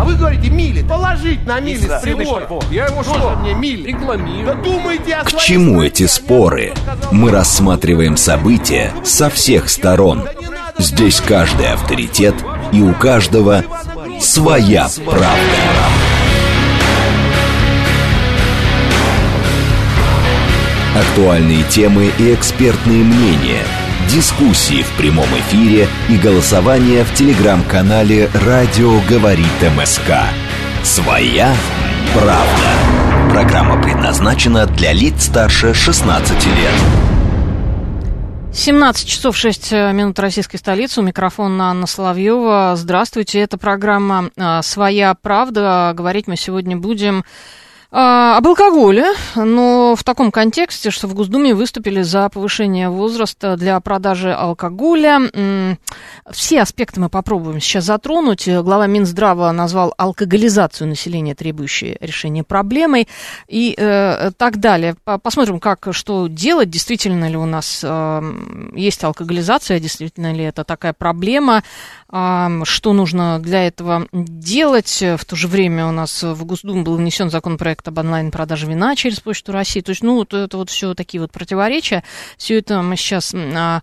А вы говорите мили. Положить на мили с прибора. Я его что? Мне мили. Рекламирую. Да думайте о К чему эти споры? Мы рассматриваем события со всех сторон. Здесь каждый авторитет, и у каждого своя правда. Актуальные темы и экспертные мнения, дискуссии в прямом эфире и голосование в телеграм-канале «Радио говорит МСК». Своя правда. Программа предназначена для лиц старше 16 лет. 17 часов 6 минут российской столицы. У микрофона Анна Соловьева. Здравствуйте. Это программа «Своя правда». Говорить мы сегодня будем об алкоголе, но в таком контексте, что в Госдуме выступили за повышение возраста для продажи алкоголя. Все аспекты мы попробуем сейчас затронуть. Глава Минздрава назвал алкоголизацию населения, требующей решения проблемой, и так далее. Посмотрим, что делать, действительно ли у нас есть алкоголизация, действительно ли это такая проблема, что нужно для этого делать. В то же время у нас в Госдуму был внесен законопроект об онлайн-продаже вина через Почту России. То есть, это вот все такие вот противоречия. Все это мы сейчас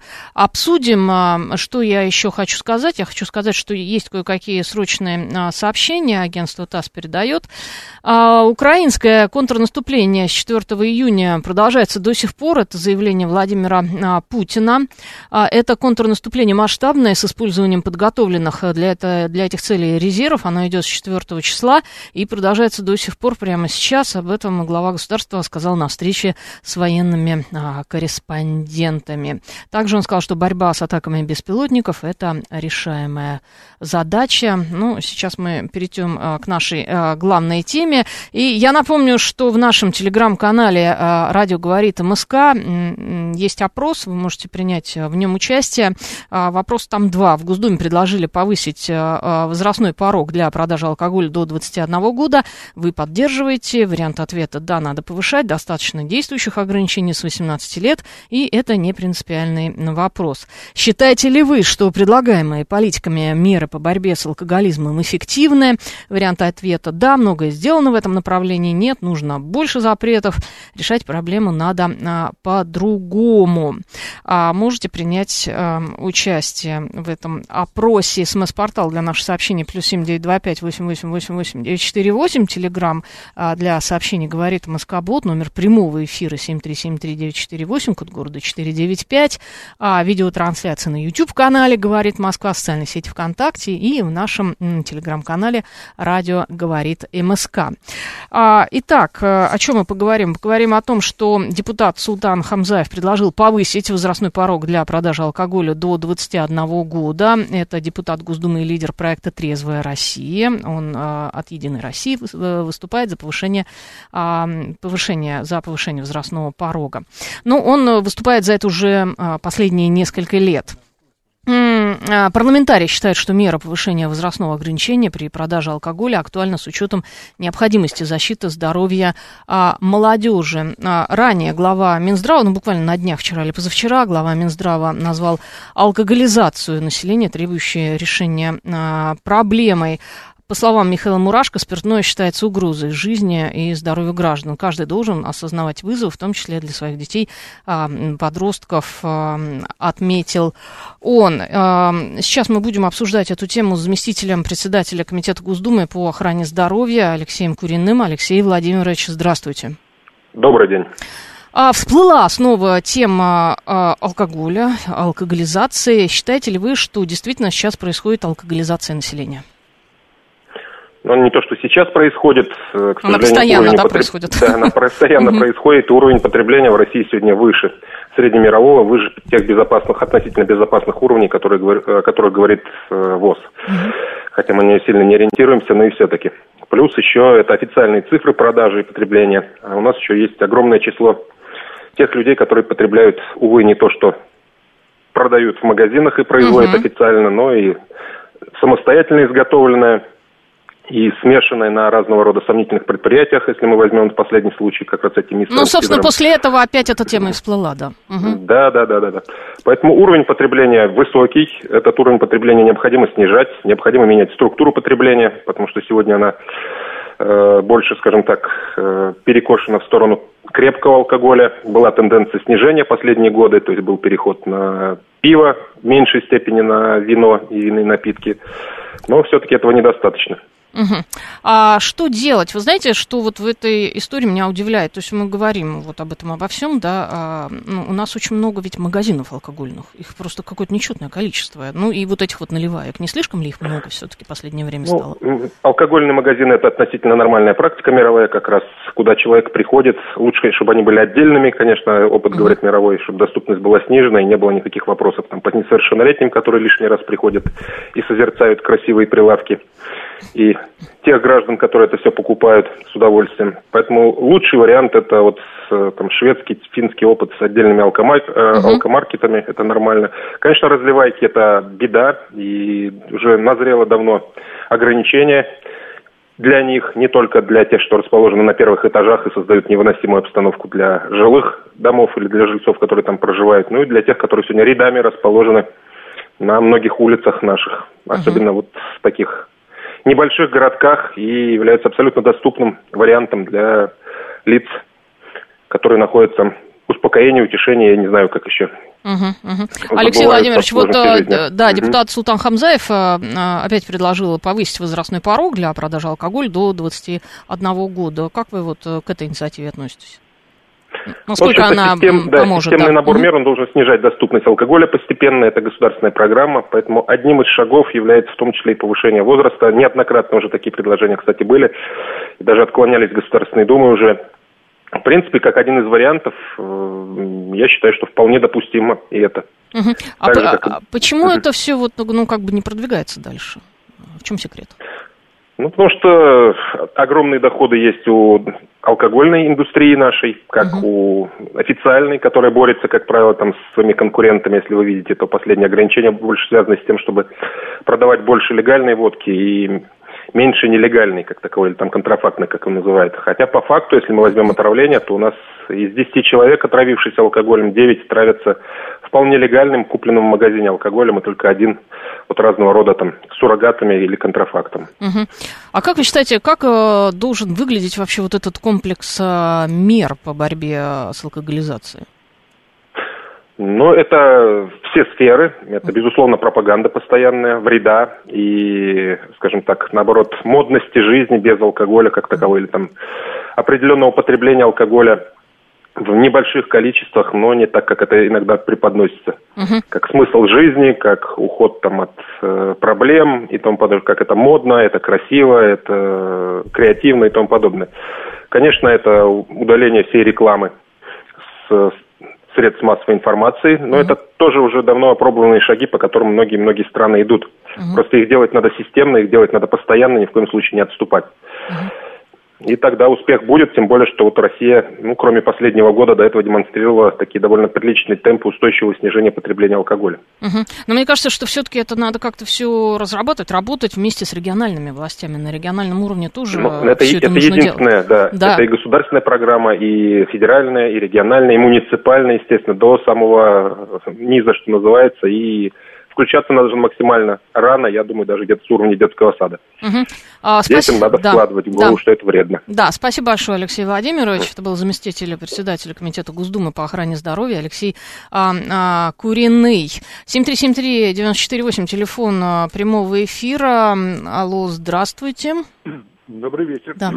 обсудим. Что я еще хочу сказать? Я хочу сказать, что есть кое-какие срочные сообщения. Агентство ТАСС передает. Украинское контрнаступление с 4 июня продолжается до сих пор. Это заявление Владимира Путина. Это контрнаступление масштабное с использованием подготовленных для этих целей резервов. Оно идет с 4 числа и продолжается до сих пор прямо сейчас. Об этом глава государства сказал на встрече с военными корреспондентами. Также он сказал, что борьба с атаками беспилотников – это решаемая задача. Сейчас мы перейдем к нашей главной теме. И я напомню, что в нашем телеграм-канале «Радио говорит МСК» есть опрос, вы можете принять в нем участие. Вопрос там два. В Госдуме предложили повысить возрастной порог для продажи алкоголя до 21 года. Вы поддерживаете? Вариант ответа: да, надо повышать, достаточно действующих ограничений с 18 лет, и это не принципиальный вопрос. Считаете ли вы, что предлагаемые политиками меры по борьбе с алкоголизмом эффективны? Вариант ответа: да, многое сделано в этом направлении, нет, нужно больше запретов, решать проблему надо по-другому. Можете принять участие в этом опросе. СМС-портал для наших сообщений +7 925 8888 948, телеграм для сообщений говорит МСК-бот, номер прямого эфира 7373948, код города 495, видеотрансляция на YouTube-канале «Говорит Москва», в социальной сети ВКонтакте и в нашем телеграм-канале «Радио говорит МСК». Итак, о чем мы поговорим? Поговорим о том, что депутат Султан Хамзаев предложил повысить возрастной порог для продажи алкоголя до 21 года. Это депутат Госдумы и лидер проекта «Трезвая Россия». Он от «Единой России» выступает за повышение возрастного порога. Но он выступает за это уже последние несколько лет. Парламентарии считают, что мера повышения возрастного ограничения при продаже алкоголя актуальна с учетом необходимости защиты здоровья молодежи. Ранее глава Минздрава, буквально на днях, вчера или позавчера, глава Минздрава назвал алкоголизацию населения, требующей решения проблемой. По словам Михаила Мурашко, спиртное считается угрозой жизни и здоровью граждан. Каждый должен осознавать вызов, в том числе для своих детей, подростков, отметил он. Сейчас мы будем обсуждать эту тему с заместителем председателя Комитета Госдумы по охране здоровья Алексеем Куриным. Алексей Владимирович, здравствуйте. Добрый день. Всплыла снова тема алкоголя, алкоголизации. Считаете ли вы, что действительно сейчас происходит алкоголизация населения? Не то, что сейчас происходит, к сожалению, она постоянно, происходит. Да, она постоянно происходит. Уровень потребления в России сегодня выше среднемирового, выше тех относительно безопасных уровней, о которых говорит ВОЗ. Хотя мы не сильно не ориентируемся, но и все-таки. Плюс еще это официальные цифры продажи и потребления. А у нас еще есть огромное число тех людей, которые потребляют, увы, не то, что продают в магазинах и производят официально, но и самостоятельно изготовленное и смешанной на разного рода сомнительных предприятиях, если мы возьмем последний случай, как раз этим мистером. Ну, собственно, после этого опять эта тема и всплыла, да. Угу. Да. Поэтому уровень потребления высокий, этот уровень потребления необходимо снижать, необходимо менять структуру потребления, потому что сегодня она больше, скажем так, перекошена в сторону крепкого алкоголя. Была тенденция снижения последние годы, то есть был переход на пиво, в меньшей степени на вино и винные напитки, но все-таки этого недостаточно. Угу. А что делать? Вы знаете, что вот в этой истории меня удивляет? То есть мы говорим вот об этом, обо всем, да, у нас очень много ведь магазинов алкогольных, их просто какое-то нечетное количество. Ну и вот этих вот наливаек, не слишком ли их много все-таки в последнее время стало? Алкогольные магазины — это относительно нормальная практика мировая, как раз куда человек приходит. Лучше, чтобы они были отдельными, конечно, опыт говорит мировой, чтобы доступность была снижена и не было никаких вопросов там по несовершеннолетним, которые лишний раз приходят и созерцают красивые прилавки, и тех граждан, которые это все покупают с удовольствием. Поэтому лучший вариант — это вот там шведский, финский опыт с отдельными алкомаркетами, это нормально. Конечно, разливайки — это беда, и уже назрело давно ограничение для них, не только для тех, что расположены на первых этажах и создают невыносимую обстановку для жилых домов или для жильцов, которые там проживают, ну и для тех, которые сегодня рядами расположены на многих улицах наших, особенно вот в таких небольших городках, и являются абсолютно доступным вариантом для лиц, которые находятся в успокоении, утешении, я не знаю, как еще. Алексей Владимирович, вот депутат Султан Хамзаев опять предложил повысить возрастной порог для продажи алкоголя до 21 года. Как вы вот к этой инициативе относитесь? Насколько она поможет? Системный набор мер, он должен снижать доступность алкоголя постепенно, это государственная программа, поэтому одним из шагов является в том числе и повышение возраста. Неоднократно уже такие предложения, кстати, были, и даже отклонялись Государственной Думой уже. В принципе, как один из вариантов, я считаю, что вполне допустимо и это. Почему это все вот, как бы не продвигается дальше? В чем секрет? Ну, потому что огромные доходы есть у алкогольной индустрии нашей, как у официальной, которая борется, как правило, там с своими конкурентами. Если вы видите, то последние ограничения больше связаны с тем, чтобы продавать больше легальной водки и меньше нелегальной, как таковой, или там контрафактной, как он называет. Хотя по факту, если мы возьмем отравление, то у нас из 10 человек, отравившихся алкоголем, 9 травятся вполне легальным, купленным в магазине алкоголем, и только один вот разного рода там суррогатами или контрафактом. А как вы считаете, как должен выглядеть вообще вот этот комплекс мер по борьбе с алкоголизацией? Ну, это все сферы, это, безусловно, пропаганда постоянная, вреда и, скажем так, наоборот, модности жизни без алкоголя как таковой, или там определенного потребления алкоголя в небольших количествах, но не так, как это иногда преподносится. Как смысл жизни, как уход там от проблем и тому подобное, как это модно, это красиво, это креативно и тому подобное. Конечно, это удаление всей рекламы с средств массовой информации, но это тоже уже давно опробованные шаги, по которым многие страны идут. Просто их делать надо системно, их делать надо постоянно, ни в коем случае не отступать. И тогда успех будет, тем более, что вот Россия, кроме последнего года, до этого демонстрировала такие довольно приличные темпы устойчивого снижения потребления алкоголя. Но мне кажется, что все-таки это надо как-то все разработать, работать вместе с региональными властями. На региональном уровне тоже это единственное, да. Это и государственная программа, и федеральная, и региональная, и муниципальная, естественно, до самого низа, что называется, и включаться надо максимально рано, я думаю, даже где-то с уровня детского сада. Детям надо вкладывать в голову, что это вредно. Да, спасибо большое, Алексей Владимирович. Это был заместитель председателя Комитета Госдумы по охране здоровья Алексей Куриный. 7373948, телефон прямого эфира. Алло, здравствуйте. Добрый вечер. Да.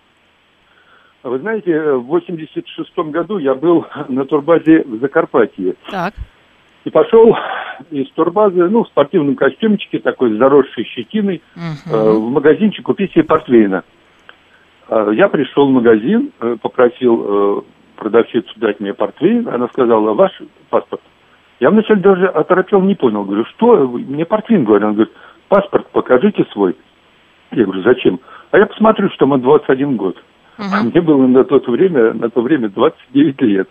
Вы знаете, в 86-м году я был на турбазе в Закарпатье. Так. И пошел из турбазы, в спортивном костюмчике, такой заросшей щетиной, в магазинчик купить себе портвейна. Я пришел в магазин, попросил продавщицу дать мне портвейн. Она сказала: ваш паспорт. Я вначале даже оторопел, не понял. Говорю: что? Мне портвейн, говорю. Она говорит: паспорт покажите свой. Я говорю: зачем? А я посмотрю, что ему 21 год. А мне было на то время 29 лет.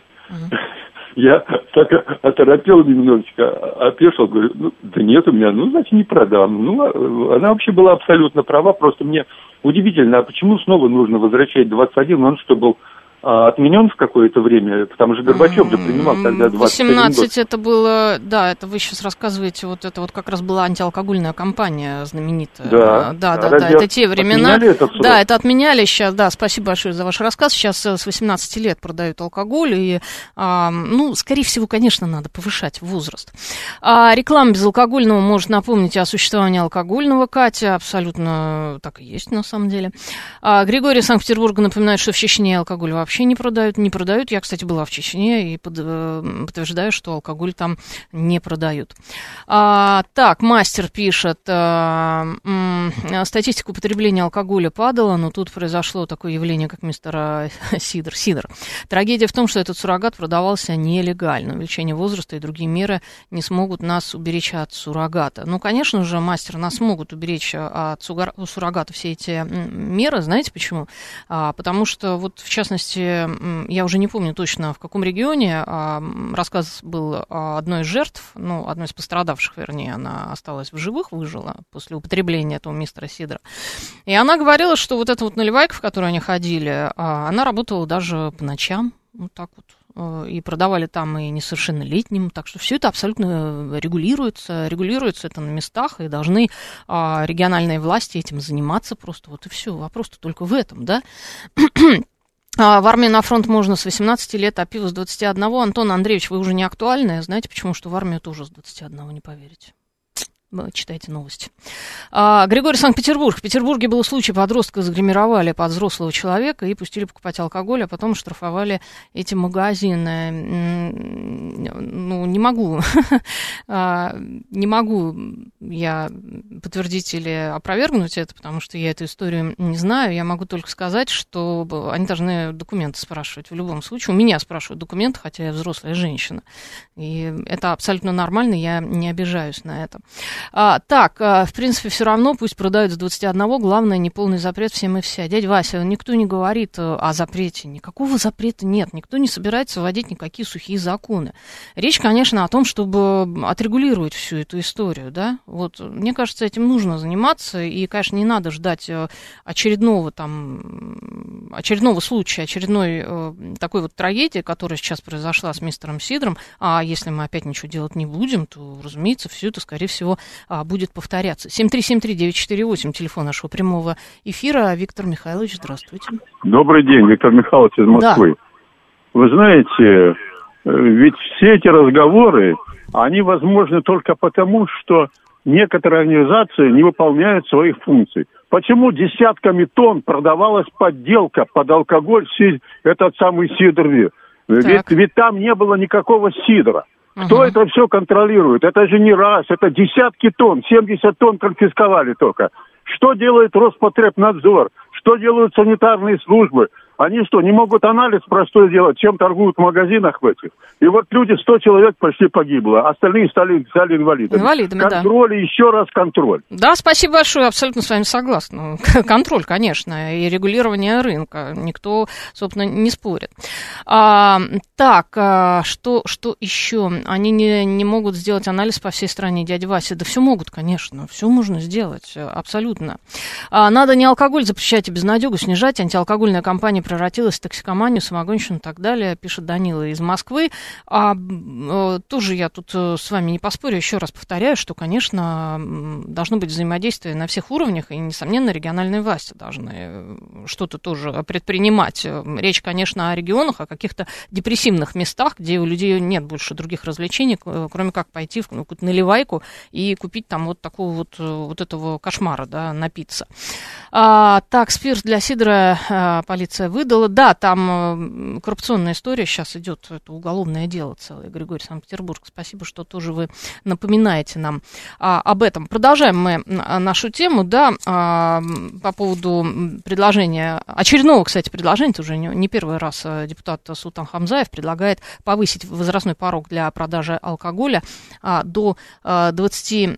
Я так оторопел немножечко, опешил, говорю: да нет у меня, значит, не продам. Она вообще была абсолютно права, просто мне удивительно, а почему снова нужно возвращать 21? Он что, был отменен в какое-то время? Потому что Горбачев же принимал тогда 21 год. 18 это было, да, это вы сейчас рассказываете, вот это вот как раз была антиалкогольная кампания знаменитая. Да, это те времена. Да, это отменяли сейчас, да, спасибо большое за ваш рассказ. Сейчас с 18 лет продают алкоголь, и, скорее всего, конечно, надо повышать возраст. Реклама безалкогольного может напомнить о существовании алкогольного, Катя, абсолютно так и есть на самом деле. Григорий из Санкт-Петербурга напоминает, что в Чечне алкоголь вообще не продают. Я, кстати, была в Чечне и подтверждаю, что алкоголь там не продают. Так, мастер пишет, статистика употребления алкоголя падала, но тут произошло такое явление, как мистер Сидор. Трагедия в том, что этот суррогат продавался нелегально. Увеличение возраста и другие меры не смогут нас уберечь от суррогата. Ну, конечно же, мастер, нас могут уберечь от суррогата все эти меры. Знаете почему? Потому что, вот, в частности, я уже не помню точно, в каком регионе, рассказ был одной из жертв, одной из пострадавших, вернее, она осталась в живых, выжила после употребления этого мистера Сидора. И она говорила, что вот эта вот наливайка, в которую они ходили, она работала даже по ночам, вот так вот. И продавали там и несовершеннолетним, так что все это абсолютно регулируется это на местах, и должны региональные власти этим заниматься просто, вот и все, вопрос-то только в этом, да. В армию на фронт можно с 18 лет, а пиво с 21. Антон Андреевич, вы уже не актуальны. Знаете почему? Что в армию тоже с 21, не поверите. Читайте новости. Григорий, Санкт-Петербург. В Петербурге был случай, подростка загримировали под взрослого человека и пустили покупать алкоголь, а потом штрафовали эти магазины. Не могу я подтвердить или опровергнуть это, потому что я эту историю не знаю. Я могу только сказать, что они должны документы спрашивать в любом случае. У меня спрашивают документы, хотя я взрослая женщина. И это абсолютно нормально, я не обижаюсь на это. В принципе, все равно пусть продают с 21, главное, не полный запрет всем и вся. Дядя Вася, никто не говорит о запрете, никакого запрета нет, никто не собирается вводить никакие сухие законы. Речь, конечно, о том, чтобы отрегулировать всю эту историю, да, вот, мне кажется, этим нужно заниматься, и, конечно, не надо ждать очередного случая, очередной такой вот трагедии, которая сейчас произошла с мистером Сидором, а если мы опять ничего делать не будем, то, разумеется, все это, скорее всего, будет повторяться. 7373948, телефон нашего прямого эфира. Виктор Михайлович, здравствуйте. Добрый день, Виктор Михайлович из Москвы. Да. Вы знаете, ведь все эти разговоры, они возможны только потому, что некоторые организации не выполняют своих функций. Почему десятками тонн продавалась подделка под алкоголь, этот самый Сидор? Ведь там не было никакого Сидора. Кто это все контролирует? Это же не раз, это десятки тонн, 70 тонн конфисковали только. Что делает Роспотребнадзор? Что делают санитарные службы? Они что, не могут анализ простой делать, чем торгуют в магазинах в этих? И вот люди, 100 человек почти погибло, остальные стали инвалидами. Контроль, да. И еще раз контроль. Да, спасибо большое, абсолютно с вами согласна. Контроль, конечно, и регулирование рынка, никто, собственно, не спорит. Что еще? Они не могут сделать анализ по всей стране, дядя Вася. Да все могут, конечно, все можно сделать, абсолютно. Надо не алкоголь запрещать и безнадегу снижать, антиалкогольная кампания превратилась в токсикоманию, самогонщину и так далее, пишет Данила из Москвы. Тоже я тут с вами не поспорю, еще раз повторяю, что, конечно, должно быть взаимодействие на всех уровнях, и, несомненно, региональные власти должны что-то тоже предпринимать. Речь, конечно, о регионах, о каких-то депрессивных местах, где у людей нет больше других развлечений, кроме как пойти в какую-то наливайку и купить там вот такого вот этого кошмара, да, напиться. Спирт для Сидора полиция выдала. Да, там коррупционная история сейчас идет, это уголовное дело целое, Григорий, Санкт-Петербург. Спасибо, что тоже вы напоминаете нам об этом. Продолжаем мы нашу тему, да, по поводу предложения, очередного, кстати, предложения, это уже не первый раз депутат Султан Хамзаев предлагает повысить возрастной порог для продажи алкоголя до 21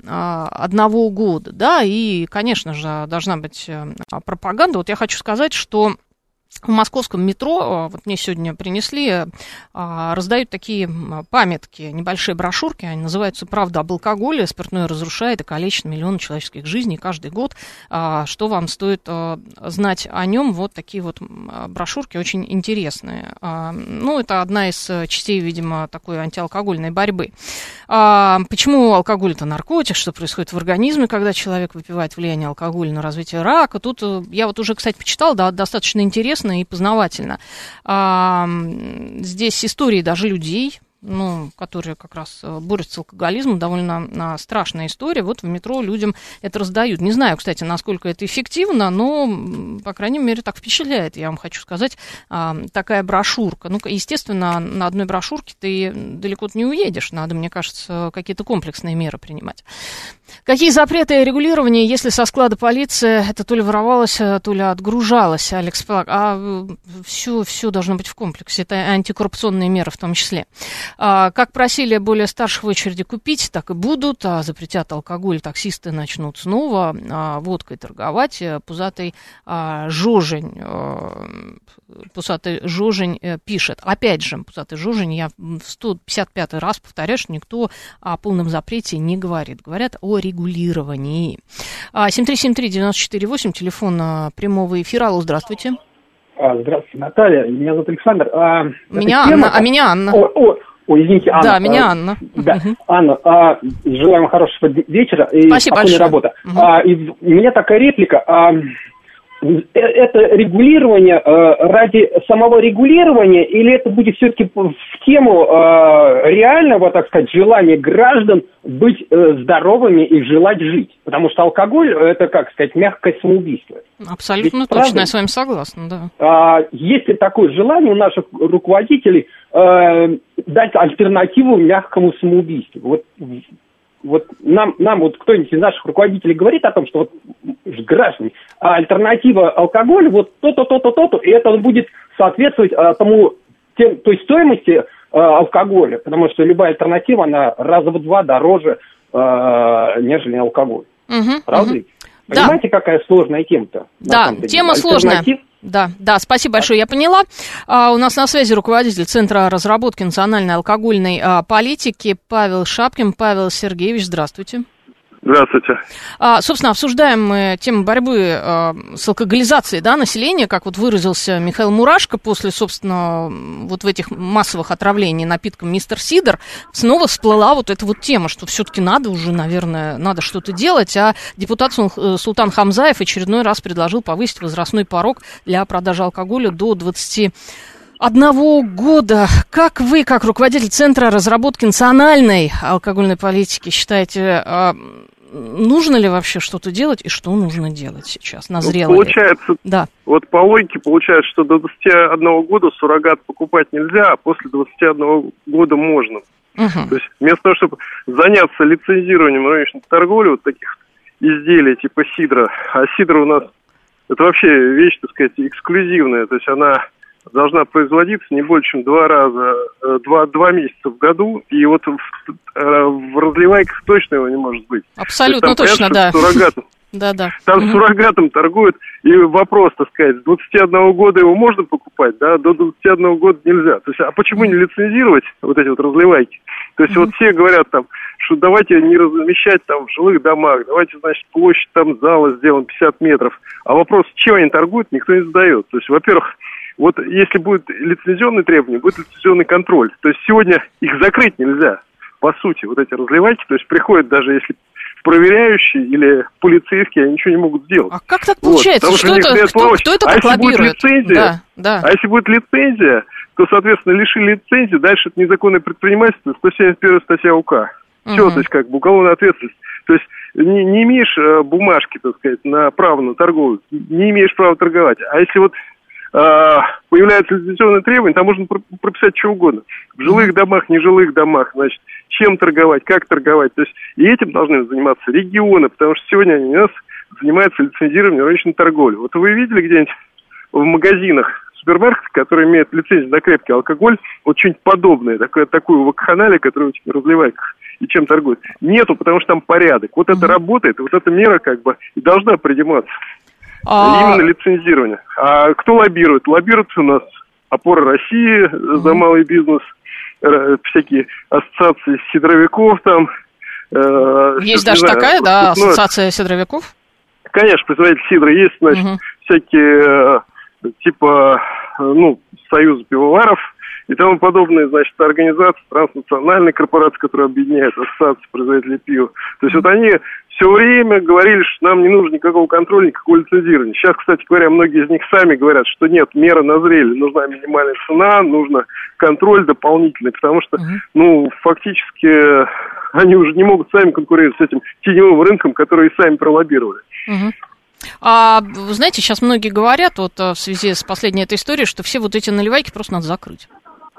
года, да, и, конечно же, должна быть пропаганда. Вот я хочу сказать, что В московском метро, вот мне сегодня принесли, раздают такие памятки, небольшие брошюрки, они называются «Правда об алкоголе. Спиртное разрушает и калечит миллионы человеческих жизней каждый год. Что вам стоит знать о нем?» Вот такие вот брошюрки очень интересные. Ну, это одна из частей, видимо, такой антиалкогольной борьбы. Почему алкоголь – это наркотик, что происходит в организме, когда человек выпивает, влияние алкоголя на развитие рака. Тут я вот уже, кстати, почитала, да, достаточно интересно и познавательно. Здесь истории даже людей, ну, которые как раз борются с алкоголизмом, довольно страшная история. Вот в метро людям это раздают. Не знаю, кстати, насколько это эффективно, но, по крайней мере, так впечатляет, я вам хочу сказать, такая брошюрка. Ну, естественно, на одной брошюрке ты далеко не уедешь. Надо, мне кажется, какие-то комплексные меры принимать. Какие запреты и регулирования, если со склада полиция это то ли воровалось, то ли отгружалось, Алекс Плак? Все должно быть в комплексе. Это антикоррупционные меры в том числе. Как просили более старших в очереди купить, так и будут. Запретят алкоголь, таксисты начнут снова водкой торговать. Пузатый Жожень пишет. Опять же, Пузатый Жожень, я в 155-й раз повторяю, что никто о полном запрете не говорит. Говорят о регулировании. 7373948, телефон прямого эфира. Алло, здравствуйте. Здравствуйте, Наталья. Меня зовут Александр. Меня Анна. Ой, извините, Анна. Да, меня Анна. Да, Анна, желаю вам хорошего вечера и спокойной работы. И у меня такая реплика. Это регулирование ради самого регулирования, или это будет все-таки в тему реального, так сказать, желания граждан быть здоровыми и желать жить? Потому что алкоголь – это, как сказать, мягкое самоубийство. Абсолютно ведь, точно, правда? Я с вами согласна, да. Есть ли такое желание у наших руководителей дать альтернативу мягкому самоубийству? Вот нам вот кто-нибудь из наших руководителей говорит о том, что вот граждане, альтернатива алкоголю вот то-то, и это будет соответствовать той стоимости алкоголя, потому что любая альтернатива, она раза в 2 дороже, нежели алкоголь. Правда ведь? Понимаете, какая сложная тема-то? Да, тема сложная. Да, спасибо большое, я поняла. У нас на связи руководитель Центра разработки национальной алкогольной политики Павел Шапкин. Павел Сергеевич, здравствуйте. Здравствуйте. Собственно, обсуждаем мы тему борьбы с алкоголизацией, да, населения, как вот выразился Михаил Мурашко после, собственно, вот в этих массовых отравлений напитком «Мистер Сидор», снова всплыла вот эта вот тема, что все-таки надо уже, наверное, надо что-то делать, а депутат Султан Хамзаев очередной раз предложил повысить возрастной порог для продажи алкоголя до 21 года. Как вы, как руководитель Центра разработки национальной алкогольной политики, считаете, нужно ли вообще что-то делать и что нужно делать сейчас? Назрело получается, ли? Да. Вот по логике получается, что до 21 года суррогат покупать нельзя, а после 21 года можно. То есть вместо того, чтобы заняться лицензированием розничной торговли вот таких изделий типа сидра, а сидра у нас это вообще вещь, так сказать, эксклюзивная, то есть она должна производиться не больше, чем 2 месяца в году, и вот в разливайках точно его не может быть. Абсолютно точно, да. Там суррогатом торгуют, и вопрос, так сказать, с 21 года его можно покупать, да, до 21 года нельзя. То есть, а почему не лицензировать вот эти вот разливайки? То есть, вот все говорят там, что давайте не размещать там в жилых домах, давайте, значит, площадь там зала сделаем 50 метров. А вопрос, чем они торгуют, никто не задает. То есть, во-первых, вот если будет лицензионные требования, будет лицензионный контроль. То есть сегодня их закрыть нельзя, по сути, вот эти разливайки. То есть приходят даже если проверяющие или полицейские, они ничего не могут сделать. А как так получается? Вот, кто это так лоббирует? А если будет лицензия, то, соответственно, лишили лицензии, дальше это незаконное предпринимательство, 171 статья УК. Все, то есть как бы уголовная ответственность. То есть не имеешь бумажки, так сказать, на право на торговлю, не имеешь права торговать. А если вот появляются лицензионные требования, там можно прописать что угодно. В жилых домах, нежилых домах, значит, чем торговать, как торговать. То есть и этим должны заниматься регионы, потому что сегодня они у нас занимаются лицензированием розничной торговли. Вот вы видели где-нибудь в магазинах, супермаркетах, которые имеют лицензию на крепкий алкоголь, вот что-нибудь подобное, такую вакханалию, которую в разливайках и чем торгуют? Нету, потому что там порядок. Вот это работает, вот эта мера как бы и должна приниматься. Именно лицензирование. А кто лоббирует? Лоббирует у нас «Опора России» за малый бизнес, всякие ассоциации сидровиков там. Есть даже такая, да, ассоциация сидровиков? Конечно, производитель сидра. Есть, значит, всякие, типа, Союза пивоваров и тому подобные, значит, организации, транснациональные корпорации, которые объединяют ассоциации производителей пива. То есть вот они все время говорили, что нам не нужно никакого контроля, никакого лицензирования. Сейчас, кстати говоря, многие из них сами говорят, что нет, меры назрели, нужна минимальная цена, нужно контроль дополнительный, потому что, фактически они уже не могут сами конкурировать с этим теневым рынком, который и сами пролоббировали. Вы знаете, сейчас многие говорят, вот в связи с последней этой историей, что все вот эти наливайки просто надо закрыть.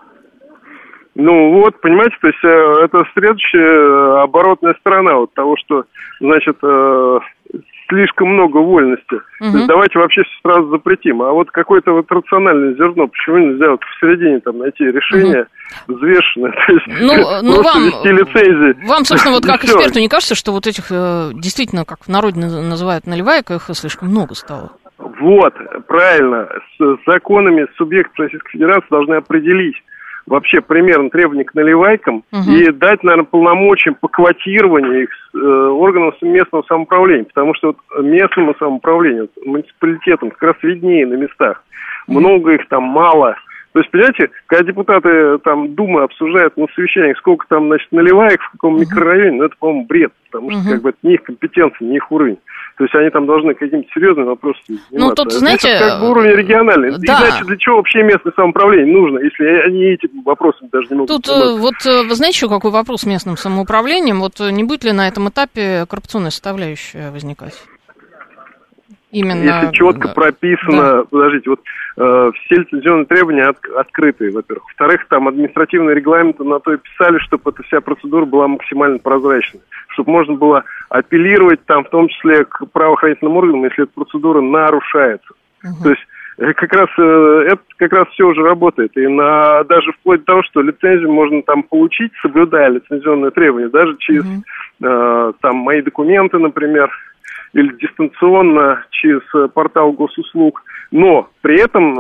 Понимаете, то есть это следующая оборотная сторона вот того, что, значит, слишком много вольности. То есть давайте вообще все сразу запретим. А вот какое-то вот рациональное зерно, почему нельзя вот в середине там найти решение взвешенное, то есть просто ввести лицензии. Вам, собственно, вот как эксперту не кажется, что вот этих действительно, как в народе называют наливайок, их слишком много стало? Вот, правильно. С законами субъекты Российской Федерации должны определить вообще примерно требования к наливайкам и дать, наверное, полномочия по квотированию их органам местного самоуправления, потому что вот местному самоуправлению, муниципалитетам как раз виднее на местах. Много их там, мало. То есть, понимаете, когда депутаты там Думы обсуждают на совещаниях, сколько там, значит, наливаек в каком микрорайоне, это, по-моему, бред, потому что как бы это не их компетенция, не их уровень. То есть они там должны какими-то серьезными вопросами заниматься. Тут, знаете, это как бы уровень региональный. Да. Иначе для чего вообще местное самоуправление нужно, если они этим вопросом даже не могут заниматься? Вы знаете, еще какой вопрос с местным самоуправлением? Вот не будет ли на этом этапе коррупционная составляющая возникать? Именно, если четко прописано, подождите, вот все лицензионные требования открытые, во-первых. Во-вторых, там административные регламенты на то и писали, чтобы эта вся процедура была максимально прозрачной, чтобы можно было апеллировать там, в том числе к правоохранительным органам, если эта процедура нарушается. То есть это как раз все уже работает. И даже вплоть до того, что лицензию можно там получить, соблюдая лицензионные требования, даже через там мои документы, например, или дистанционно через портал госуслуг, но при этом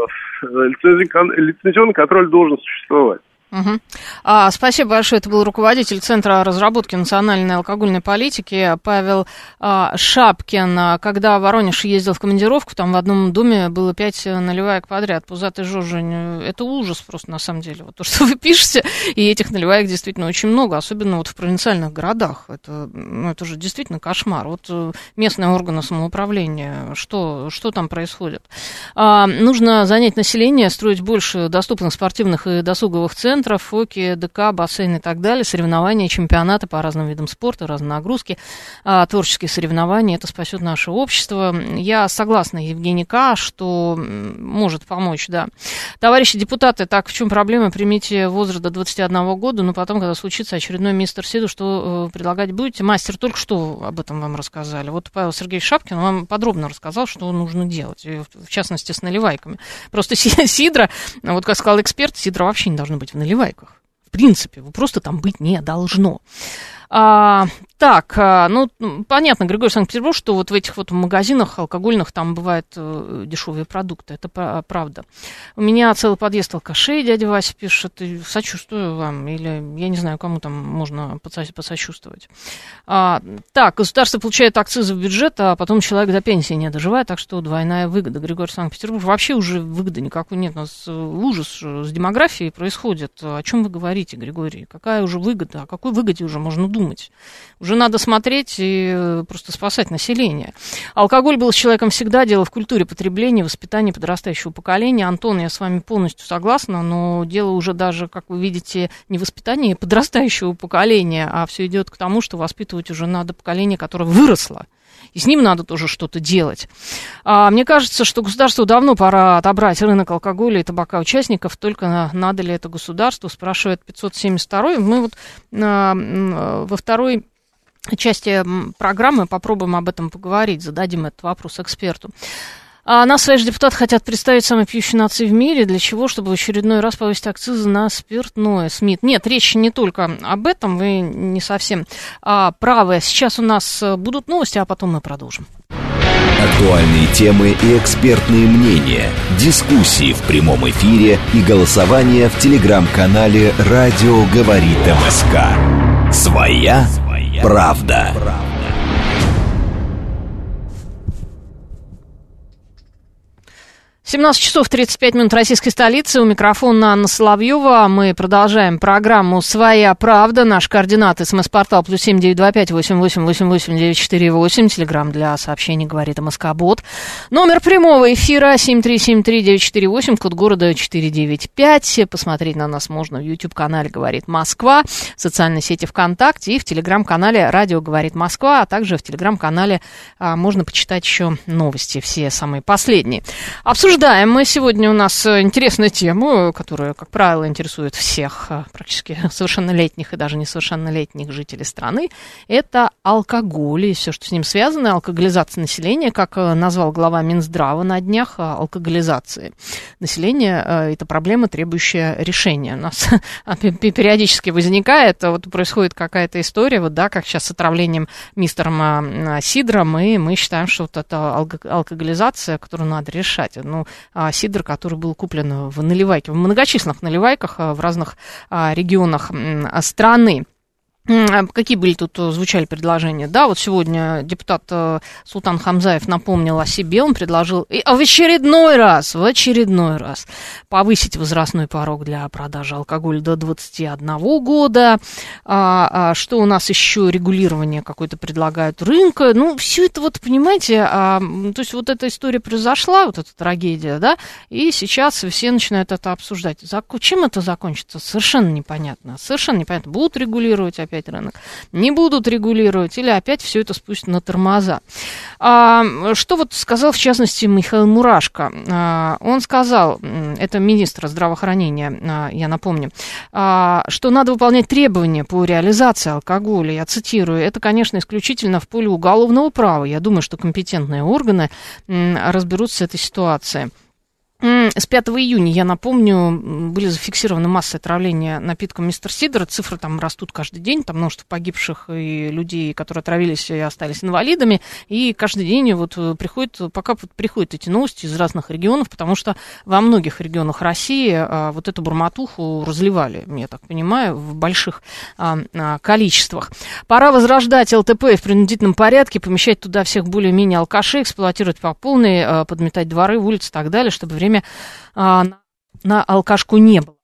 лицензионный контроль должен существовать. Спасибо большое. Это был руководитель Центра разработки национальной алкогольной политики Павел Шапкин. Когда Воронеж ездил в командировку, там в одном доме было 5 наливаек подряд. Пузатый Жожень, это ужас просто на самом деле. Вот то, что вы пишете, и этих наливаек действительно очень много, особенно вот в провинциальных городах. Это же действительно кошмар. Вот местные органы самоуправления, что там происходит? Нужно занять население, строить больше доступных спортивных и досуговых центров, ФОКи, ДК, бассейн и так далее, соревнования, чемпионаты по разным видам спорта, разные нагрузки, творческие соревнования, это спасет наше общество. Я согласна, Евгений К., что может помочь, да. Товарищи депутаты, так, в чем проблема? Примите возраст до 21 года, но потом, когда случится очередной мистер Сиду, что предлагать будете? Мастер только что об этом вам рассказали. Вот Павел Сергеевич Шапкин вам подробно рассказал, что нужно делать, в частности, с наливайками. Просто сидра, вот как сказал эксперт, сидра вообще не должно быть в наливайках. В принципе, просто там быть не должно. Понятно, Григорий Санкт-Петербург, что вот в этих вот магазинах алкогольных там бывают дешевые продукты, это правда. У меня целый подъезд алкашей, дядя Вася пишет, и сочувствую вам, или я не знаю, кому там можно посочувствовать. Государство получает акцизы в бюджет, а потом человек до пенсии не доживает, так что двойная выгода. Григорий Санкт-Петербург, вообще уже выгоды никакой нет, у нас ужас с демографией происходит. О чем вы говорите, Григорий? Какая уже выгода? О какой выгоде уже можно думать? Уже надо смотреть и просто спасать население. Алкоголь был с человеком всегда, дело в культуре потребления, воспитании подрастающего поколения. Антон, я с вами полностью согласна, но дело уже даже, как вы видите, не в воспитании подрастающего поколения, а все идет к тому, что воспитывать уже надо поколение, которое выросло. И с ним надо тоже что-то делать. Мне кажется, что государству давно пора отобрать рынок алкоголя и табака участников. Только надо ли это государству, спрашивает 572-й. Мы вот во второй части программы попробуем об этом поговорить, зададим этот вопрос эксперту. Нас, свои же депутаты, хотят представить самой пьющей нацией в мире. Для чего? Чтобы в очередной раз повысить акцизы на спиртное. СМИ. Нет, речь не только об этом, вы не совсем правы. Сейчас у нас будут новости, а потом мы продолжим. Актуальные темы и экспертные мнения, дискуссии в прямом эфире и голосование в телеграм-канале «Радио говорит МСК». Своя правда. 17 часов 35 минут российской столицы. У микрофона Анна Соловьева. Мы продолжаем программу «Своя правда». Наши координаты: СМС-портал +7 925 88 88 948. Телеграм для сообщений «Говорит МСК-бот». Номер прямого эфира 7373948. Код города 495. Посмотреть на нас можно в YouTube-канале «Говорит Москва», в социальной сети ВКонтакте и в телеграм-канале «Радио говорит Москва», а также в телеграм-канале можно почитать еще новости, все самые последние. Обсуждаем мы сегодня, у нас интересную тему, которая, как правило, интересует всех практически совершеннолетних и даже несовершеннолетних жителей страны. Это алкоголь и все, что с ним связано. Алкоголизация населения, как назвал глава Минздрава на днях, алкоголизации населения. Это проблема, требующая решения. У нас периодически возникает, вот происходит какая-то история, вот, да, как сейчас с отравлением мистером Сидром, и мы считаем, что вот это алкоголизация, которую надо решать. Ну, сидр, который был куплен в наливайке, в многочисленных наливайках в разных регионах страны. Какие были тут, звучали предложения? Да, вот сегодня депутат Султан Хамзаев напомнил о себе, он предложил в очередной раз повысить возрастной порог для продажи алкоголя до 21 года. Что у нас еще? Регулирование какое-то предлагают рынка. Ну, все это вот, понимаете, то есть вот эта история произошла, вот эта трагедия, да, и сейчас все начинают это обсуждать. Чем это закончится? Совершенно непонятно. Будут регулировать опять рынок, не будут регулировать, или опять все это спустят на тормоза. Что вот сказал, в частности, Михаил Мурашко? Он сказал, это министр здравоохранения, я напомню, что надо выполнять требования по реализации алкоголя. Я цитирую: это, конечно, исключительно в поле уголовного права. Я думаю, что компетентные органы разберутся с этой ситуацией. С 5 июня, я напомню, были зафиксированы массы отравления напитком мистер Сидр. Цифры там растут каждый день, там множество погибших и людей, которые отравились и остались инвалидами. И каждый день вот приходят эти новости из разных регионов, потому что во многих регионах России вот эту бурматуху разливали, я так понимаю, в больших количествах. Пора возрождать ЛТП в принудительном порядке, помещать туда всех более-менее алкашей, эксплуатировать по полной, подметать дворы, улицы и так далее, чтобы время на алкашку не было.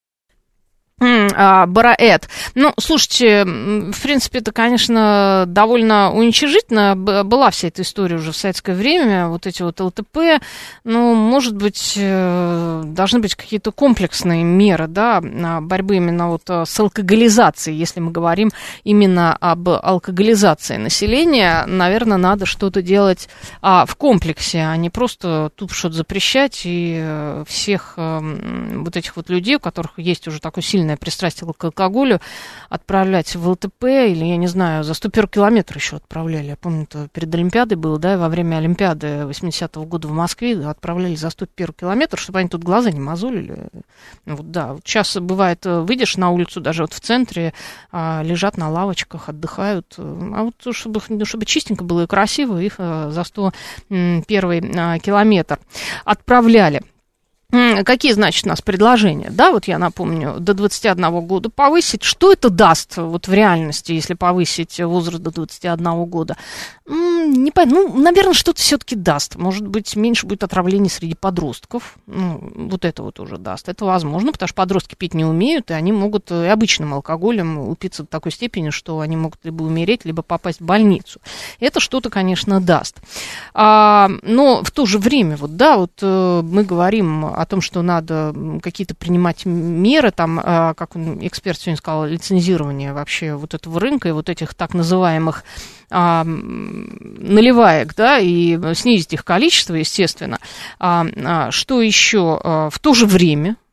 Бараэт. Ну, слушайте, в принципе, это, конечно, довольно уничижительно. Была вся эта история уже в советское время, вот эти вот ЛТП. Ну, может быть, должны быть какие-то комплексные меры, да, борьбы именно вот с алкоголизацией. Если мы говорим именно об алкоголизации населения, наверное, надо что-то делать в комплексе, а не просто тупо что-то запрещать и всех вот этих вот людей, у которых есть уже такой сильный пристрастие к алкоголю, отправлять в ЛТП, или, я не знаю, за 101 километр еще отправляли. Я помню, это перед Олимпиадой было, да, во время Олимпиады 80-го года в Москве отправляли за 101 километр, чтобы они тут глаза не мозолили. Вот, да, вот сейчас бывает, выйдешь на улицу, даже вот в центре, лежат на лавочках, отдыхают, а вот чтобы чистенько было и красиво, их за 101 километр отправляли. Какие, значит, у нас предложения? Да, вот я напомню, до 21 года повысить. Что это даст вот в реальности, если повысить возраст до 21 года? Не понятно. Ну, наверное, что-то все-таки даст. Может быть, меньше будет отравлений среди подростков. Ну, вот это вот уже даст. Это возможно, потому что подростки пить не умеют, и они могут и обычным алкоголем упиться до такой степени, что они могут либо умереть, либо попасть в больницу. Это что-то, конечно, даст. Но в то же время, вот, да, вот мы говорим о том, что надо какие-то принимать меры, там, как эксперт сегодня сказал, лицензирование вообще вот этого рынка и вот этих так называемых наливаек, да, и снизить их количество, естественно. Что еще? В то же время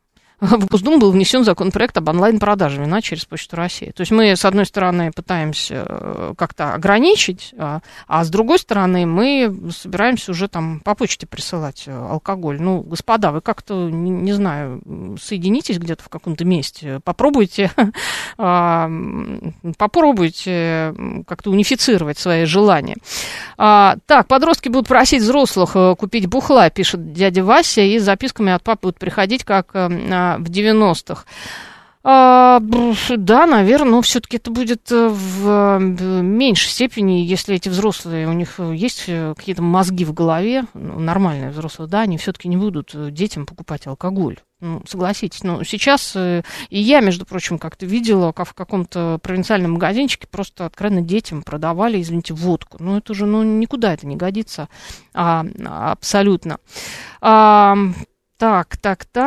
в Госдуму был внесен законопроект об онлайн-продаже вина через Почту России. То есть мы, с одной стороны, пытаемся как-то ограничить, а с другой стороны, мы собираемся уже там по почте присылать алкоголь. Ну, господа, вы как-то, не знаю, соединитесь где-то в каком-то месте, попробуйте как-то унифицировать свои желания. Так, подростки будут просить взрослых купить бухла, пишет дядя Вася, и с записками от папы будут приходить, как в 90-х. Да, наверное, но все-таки это будет в меньшей степени, если эти взрослые, у них есть какие-то мозги в голове, нормальные взрослые, да, они все-таки не будут детям покупать алкоголь. Ну, согласитесь, но сейчас и я, между прочим, как-то видела, как в каком-то провинциальном магазинчике просто откровенно детям продавали, извините, водку. Ну, это же, никуда это не годится абсолютно. Так.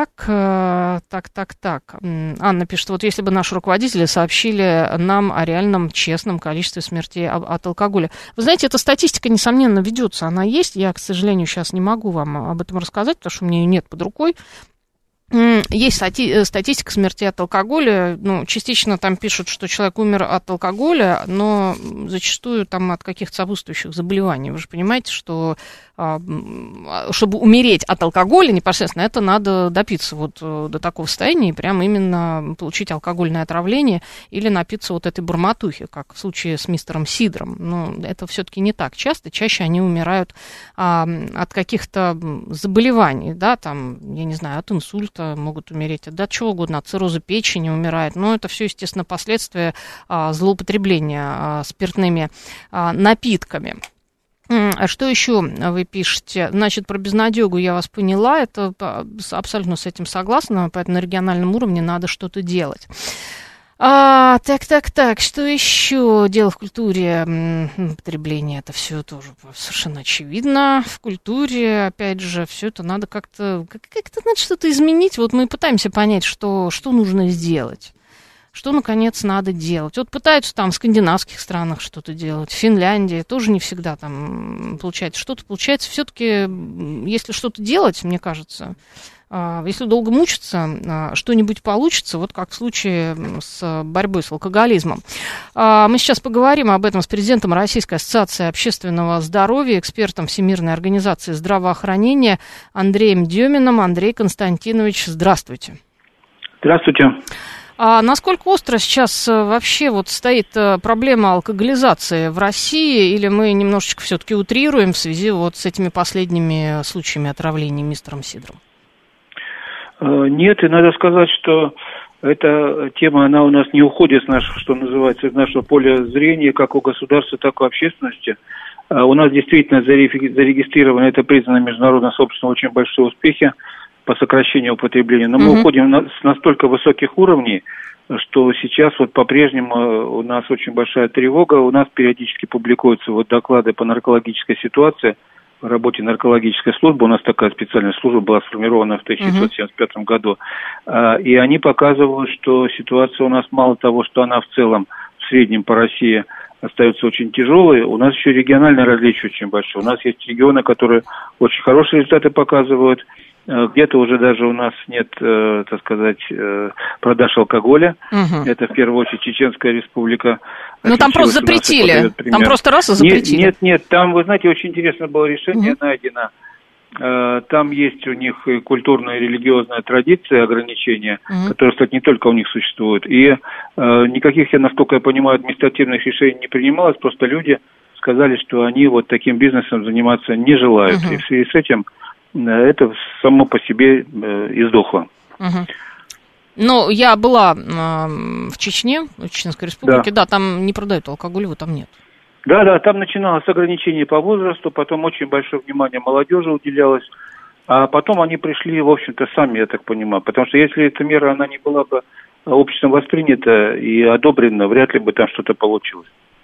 Анна пишет, вот если бы наши руководители сообщили нам о реальном честном количестве смертей от алкоголя. Вы знаете, эта статистика, несомненно, ведется, она есть. Я, к сожалению, сейчас не могу вам об этом рассказать, потому что у меня ее нет под рукой. Есть статистика смерти от алкоголя, частично там пишут, что человек умер от алкоголя, но зачастую там от каких-то сопутствующих заболеваний. Вы же понимаете, что чтобы умереть от алкоголя непосредственно, это надо допиться вот до такого состояния и прям именно получить алкогольное отравление или напиться вот этой бормотухи, как в случае с мистером Сидром. Но это все-таки не так часто, чаще они умирают от каких-то заболеваний, да, там, я не знаю, от инсульта могут умереть, от чего угодно, от цирроза печени умирает, но это все, естественно, последствия злоупотребления спиртными напитками. А что еще вы пишете? Значит, про безнадегу я вас поняла, это абсолютно с этим согласна, поэтому на региональном уровне надо что-то делать. Так, что еще? Дело в культуре потребления, это все тоже совершенно очевидно. В культуре, опять же, все это надо как-то надо что-то изменить. Вот мы пытаемся понять, что нужно сделать. Что, наконец, надо делать? Вот пытаются там в скандинавских странах что-то делать, в Финляндии тоже не всегда там получается. Что-то получается. Все-таки, если что-то делать, мне кажется, если долго мучиться, что-нибудь получится, вот как в случае с борьбой с алкоголизмом. Мы сейчас поговорим об этом с президентом Российской ассоциации общественного здоровья, экспертом Всемирной организации здравоохранения Андреем Деминым. Андрей Константинович, здравствуйте. Здравствуйте. Насколько остро сейчас вообще вот стоит проблема алкоголизации в России, или мы немножечко все-таки утрируем в связи вот с этими последними случаями отравления мистером Сидром? Нет, и надо сказать, что эта тема, она у нас не уходит с нашего, что называется, из нашего поля зрения, как у государства, так и у общественности. У нас действительно зарегистрировано, это признано международно собственно очень большие успехи по сокращению употребления. Но мы уходим с настолько высоких уровней, что сейчас вот по-прежнему у нас очень большая тревога. У нас периодически публикуются вот доклады по наркологической ситуации, по работе наркологической службы. У нас такая специальная служба была сформирована в 1975 году. И они показывают, что ситуация у нас мало того, что она в целом в среднем по России остается очень тяжелой, у нас еще региональное различие очень большое. У нас есть регионы, которые очень хорошие результаты показывают. Где-то уже даже у нас нет, так сказать, продаж алкоголя. Это в первую очередь Чеченская республика. Ну там просто запретили. Там просто раз и запретили. Нет, там, вы знаете, очень интересно было решение найдено. Там есть у них и культурная и религиозная традиция ограничения, которые, кстати, не только у них существуют. И никаких, я насколько я понимаю, административных решений не принималось, просто люди сказали, что они вот таким бизнесом заниматься не желают. И в связи с этим это само по себе издохло. Ну, я была в Чечне, в Чеченской республике, да, там не продают алкоголь, его там нет. Да, там начиналось ограничение по возрасту, потом очень большое внимание молодежи уделялось, а потом они пришли, в общем-то, сами, я так понимаю, потому что если эта мера, она не была бы обществом воспринята и одобрена, вряд ли бы там что-то получилось.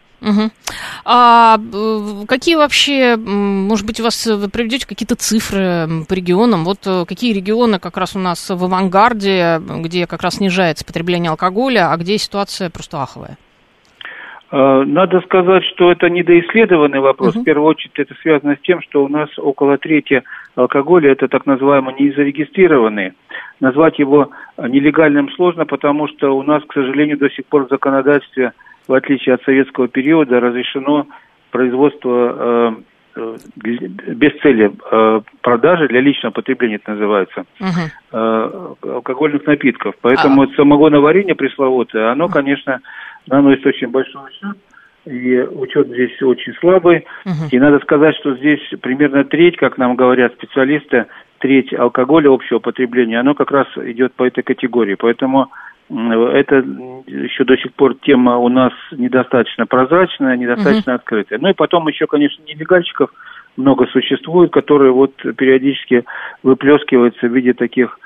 А какие вообще, может быть, у вас вы приведете какие-то цифры по регионам? Вот какие регионы как раз у нас в авангарде, где как раз снижается потребление алкоголя, а где ситуация просто аховая? Надо сказать, что это недоисследованный вопрос. В первую очередь это связано с тем, что у нас около трети алкоголя это так называемые незарегистрированные. Назвать его нелегальным сложно, потому что у нас, к сожалению, до сих пор в законодательстве, в отличие от советского периода, разрешено производство без цели продажи для личного потребления, это называется, алкогольных напитков. Поэтому самогоноварение пресловутое, оно, конечно, наносит очень большой ущерб, и учет здесь очень слабый. И надо сказать, что здесь примерно треть, как нам говорят специалисты, треть алкоголя общего потребления, оно как раз идет по этой категории. Поэтому это еще до сих пор тема у нас недостаточно прозрачная, недостаточно открытая. Ну и потом еще, конечно, нелегальщиков много существует, которые вот периодически выплескиваются в виде таких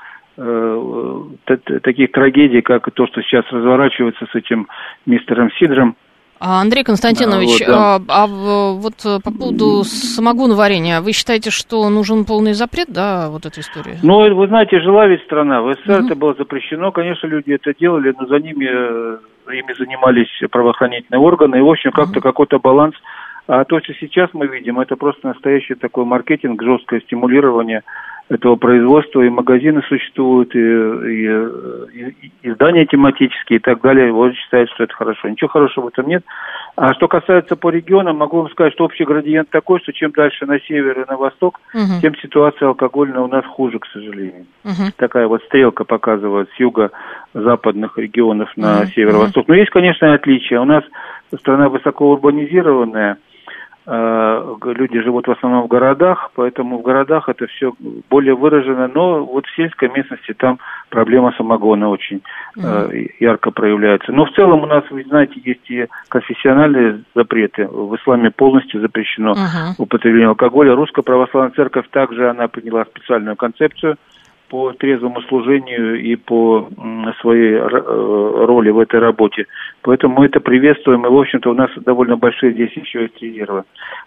трагедий, как то, что сейчас разворачивается с этим мистером Сидром. Андрей Константинович, вот по поводу самогоноварения, вы считаете, что нужен полный запрет, да, вот этой истории? Ну, вы знаете, жила ведь страна, в СССР это было запрещено, конечно, люди это делали, но ими занимались правоохранительные органы, и, в общем, как-то какой-то баланс. А то, что сейчас мы видим, это просто настоящий такой маркетинг, жесткое стимулирование этого производства, и магазины существуют, и здания тематические и так далее. Вот считают, что это хорошо. Ничего хорошего в этом нет. А что касается по регионам, могу вам сказать, что общий градиент такой, что чем дальше на север и на восток, тем ситуация алкогольная у нас хуже, к сожалению. Такая вот стрелка показывает с юго-западных регионов на северо-восток. Но есть, конечно, отличия. У нас страна высоко урбанизированная, люди живут в основном в городах, поэтому в городах это все более выражено, но вот в сельской местности там проблема самогона очень ярко проявляется. Но в целом у нас, вы знаете, есть и конфессиональные запреты. В исламе полностью запрещено употребление алкоголя. Русская православная церковь также она приняла специальную концепцию по трезвому служению и по своей роли в этой работе. Поэтому мы это приветствуем, и, в общем-то, у нас довольно большие здесь еще есть резервы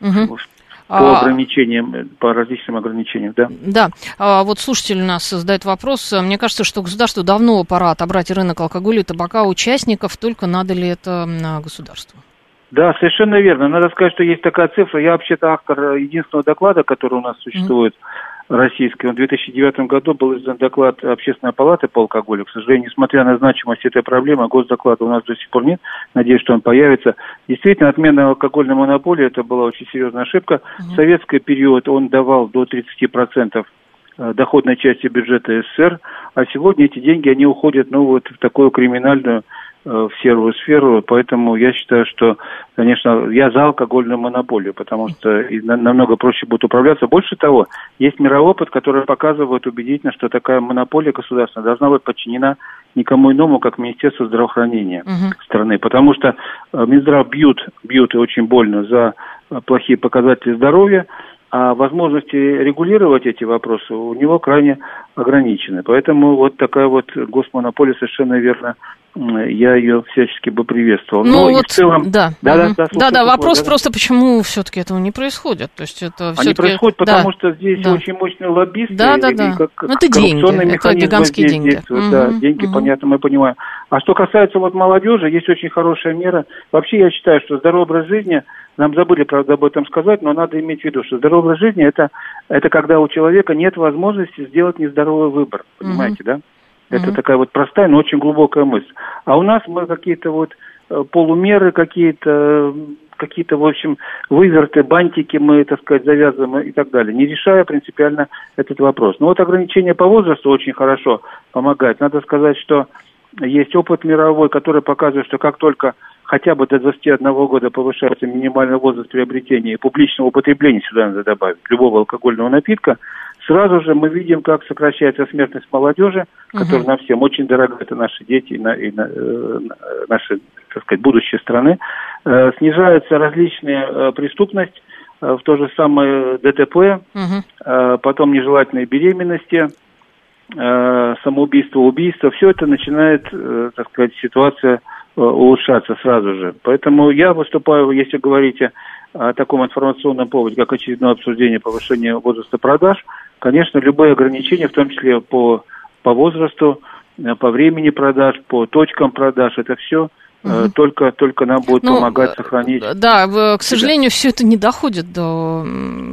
по ограничениям, по различным ограничениям, да. Да, вот слушатель у нас задает вопрос. Мне кажется, что государству давно пора отобрать рынок алкоголя и табака участников, только надо ли это государству? Да, совершенно верно. Надо сказать, что есть такая цифра. Я вообще-то автор единственного доклада, который у нас существует, российской. В 2009 году был издан доклад Общественной палаты по алкоголю. К сожалению, несмотря на значимость этой проблемы, госдоклада у нас до сих пор нет. Надеюсь, что он появится. Действительно, отмена алкогольной монополии, это была очень серьезная ошибка. В советский период он давал до 30% доходной части бюджета СССР, а сегодня эти деньги, они уходят, в такую криминальную в серую сферу, поэтому я считаю, что, конечно, я за алкогольную монополию, потому что намного проще будет управляться. Больше того, есть мировой опыт, который показывает убедительно, что такая монополия государственная должна быть подчинена никому иному, как Министерству здравоохранения страны, потому что Минздрав бьют и очень больно за плохие показатели здоровья, а возможности регулировать эти вопросы у него крайне ограничены. Поэтому вот такая вот госмонополия, совершенно верно, я ее всячески бы приветствовал. Ну, вот, в целом... Да, вопрос просто, почему все-таки этого не происходит? То есть это не происходит, потому что здесь очень мощные лоббисты. Это деньги, это гигантские деньги. Деньги, понятно, мы понимаем. А что касается молодежи, есть очень хорошая мера. Вообще я считаю, что здоровый образ жизни, нам забыли, правда, об этом сказать, но надо иметь в виду, что здоровый образ жизни это когда у человека нет возможности сделать нездоровый выбор. Понимаете, да? Это такая вот простая, но очень глубокая мысль. А у нас мы какие-то полумеры, какие-то, в общем, выверты, бантики мы, так сказать, завязываем и так далее, не решая принципиально этот вопрос. Но ограничение по возрасту очень хорошо помогает. Надо сказать, что есть опыт мировой, который показывает, что как только хотя бы до 21 года повышается минимальный возраст приобретения и публичного употребления, сюда надо добавить, любого алкогольного напитка, сразу же мы видим, как сокращается смертность молодежи, которая нам всем очень дорога, это наши дети и наши, так сказать, будущее страны. Снижается различная преступность, в то же самое ДТП, потом нежелательные беременности, самоубийство, убийство. Все это начинает, так сказать, ситуация улучшаться сразу же. Поэтому я выступаю, если говорите о таком информационном поводе, как очередное обсуждение повышения возраста продаж, конечно, любые ограничения, в том числе по возрасту, по времени продаж, по точкам продаж, это все только нам будет помогать сохранить. Да, к сожалению, все это не доходит до